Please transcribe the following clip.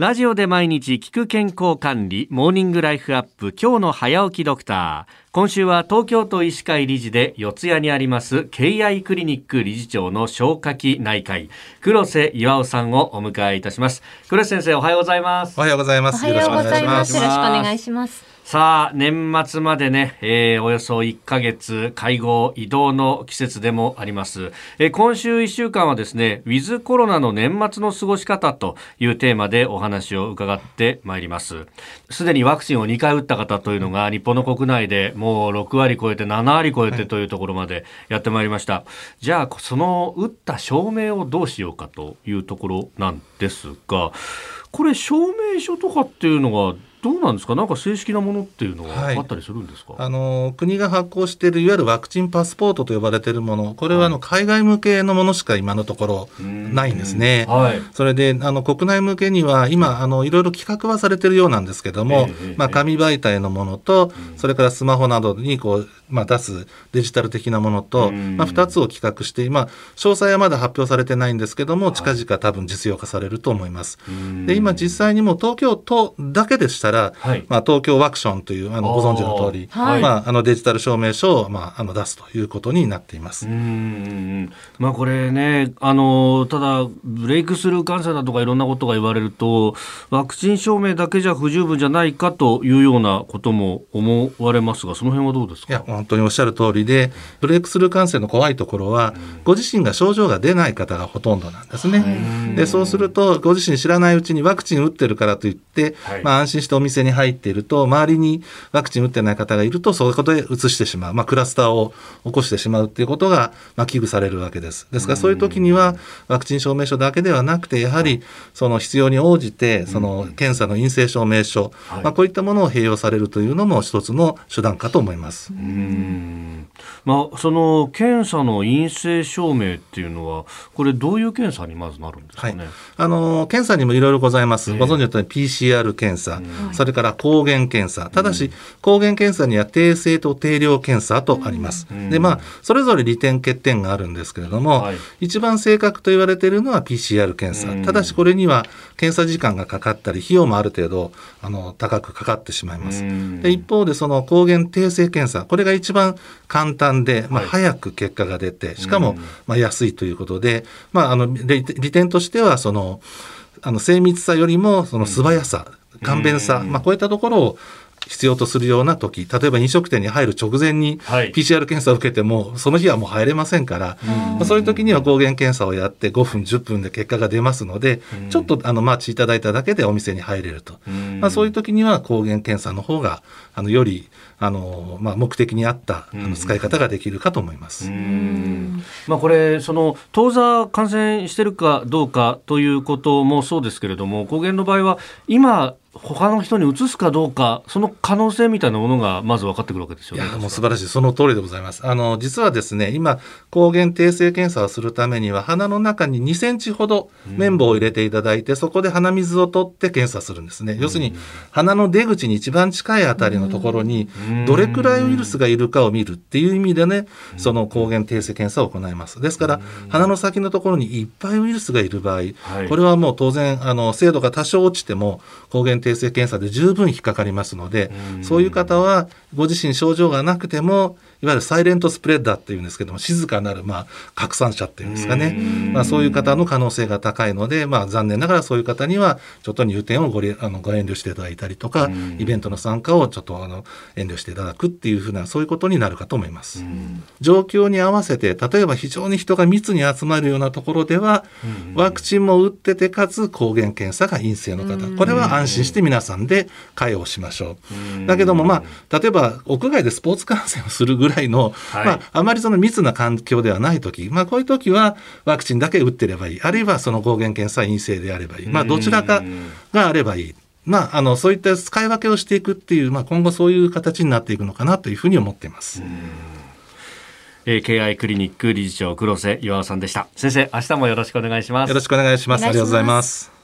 ラジオで毎日聞く健康管理モーニングライフアップ、今日の早起きドクター。今週は東京都医師会理事で四谷にあります敬愛クリニック理事長の消化器内科医黒瀬巌さんをお迎えいたします。黒瀬先生、おはようございます。 おはようございます。よろしくお願いします。 よろしくお願いします。 さあ、年末までね、およそ1ヶ月、会合移動の季節でもあります。今週1週間はですね、ウィズコロナの年末の過ごし方というテーマでお話を伺ってまいります。すでにワクチンを2回打った方というのが日本の国内でもう6割超えて7割超えてというところまでやってまいりました。じゃあその打った証明をどうしようかというところなんですが、これ証明書とかっていうのがどうなんですか？なんか正式なものっていうのはあったりするんですか？ 国が発行しているいわゆるワクチンパスポートと呼ばれているもの、これは海外向けのものしか今のところないんですね。それで国内向けには今いろいろ企画はされているようなんですけども、紙媒体のものと、それからスマホなどに出すデジタル的なものと、2つを企画して、詳細はまだ発表されてないんですけども、近々多分実用化されると思います。で、今実際にも東京都だけでしたら、東京ワクションというご存知の通り、デジタル証明書を出すということになっています。 これね、ただブレイクスルー感染だとかいろんなことが言われると、ワクチン証明だけじゃ不十分じゃないかというようなことも思われますが、その辺はどうですか？ いや、本当におっしゃる通りで、ブレイクスルー感染の怖いところは、ご自身が症状が出ない方がほとんどなんですね。で、そうするとご自身知らないうちにワクチン打ってるからといって、安心してお店に入っていると、周りにワクチン打ってない方がいると、そういうことで移してしまう、クラスターを起こしてしまうということが、危惧されるわけです。ですからそういう時にはワクチン証明書だけではなくて、やはりその必要に応じてその検査の陰性証明書、こういったものを併用されるというのも一つの手段かと思います。 その検査の陰性証明っていうのは、これどういう検査にまずなるんですかね？ 検査にもいろいろございます。ご存知のとおり PCR 検査、それから抗原検査、ただし抗原検査には定性と定量検査とあります。で、それぞれ利点欠点があるんですけれども、一番正確と言われているのは PCR 検査、ただしこれには検査時間がかかったり費用もある程度高くかかってしまいます。で、一方でその抗原定性検査、これが一番簡単で、早く結果が出て、しかも安いということで、利点としては精密さよりもその素早さ、簡便さ、こういったところを必要とするような時、例えば飲食店に入る直前に PCR 検査を受けても、その日はもう入れませんから、そういう時には抗原検査をやって5分10分で結果が出ますので、ちょっと待ちいただいただけでお店に入れると、そういう時には抗原検査の方がより目的に合った使い方ができるかと思います。 これ当座感染してるかどうかということもそうですけれども、抗原の場合は今他の人に移すかどうか、その可能性みたいなものがまず分かってくるわけですよね。 いや、もう素晴らしい、その通りでございます。実はですね、今抗原定性検査をするためには、鼻の中に2センチほど綿棒を入れていただいて、そこで鼻水を取って検査するんですね。要するに鼻の出口に一番近いあたりのところにどれくらいウイルスがいるかを見るっていう意味でね、その抗原定性検査を行います。ですから鼻の先のところにいっぱいウイルスがいる場合、これはもう当然精度が多少落ちても抗原定性検査で十分引っかかりますので、そういう方はご自身症状がなくても、いわゆるサイレントスプレッダーっていうんですけども、静かなる拡散者っていうんですかね、そういう方の可能性が高いので、残念ながらそういう方にはちょっと入店をご遠慮していただいたりとか、イベントの参加をちょっと遠慮していただくっていうふうな、そういうことになるかと思います。状況に合わせて、例えば非常に人が密に集まるようなところでは、ワクチンも打っててかつ抗原検査が陰性の方、これは安心して皆さんで会をしましょう。だけども例えば屋外でスポーツ観戦をするぐらいの、あまりその密な環境ではない時、こういう時はワクチンだけ打ってればいい、あるいはその抗原検査陰性であればいい、どちらかがあればいい、そういった使い分けをしていくっていう、今後そういう形になっていくのかなというふうに思っています。 敬愛クリニック理事長黒瀬巌さんでした。先生、明日もよろしくお願いします。 よろしくお願いします。ありがとうございます。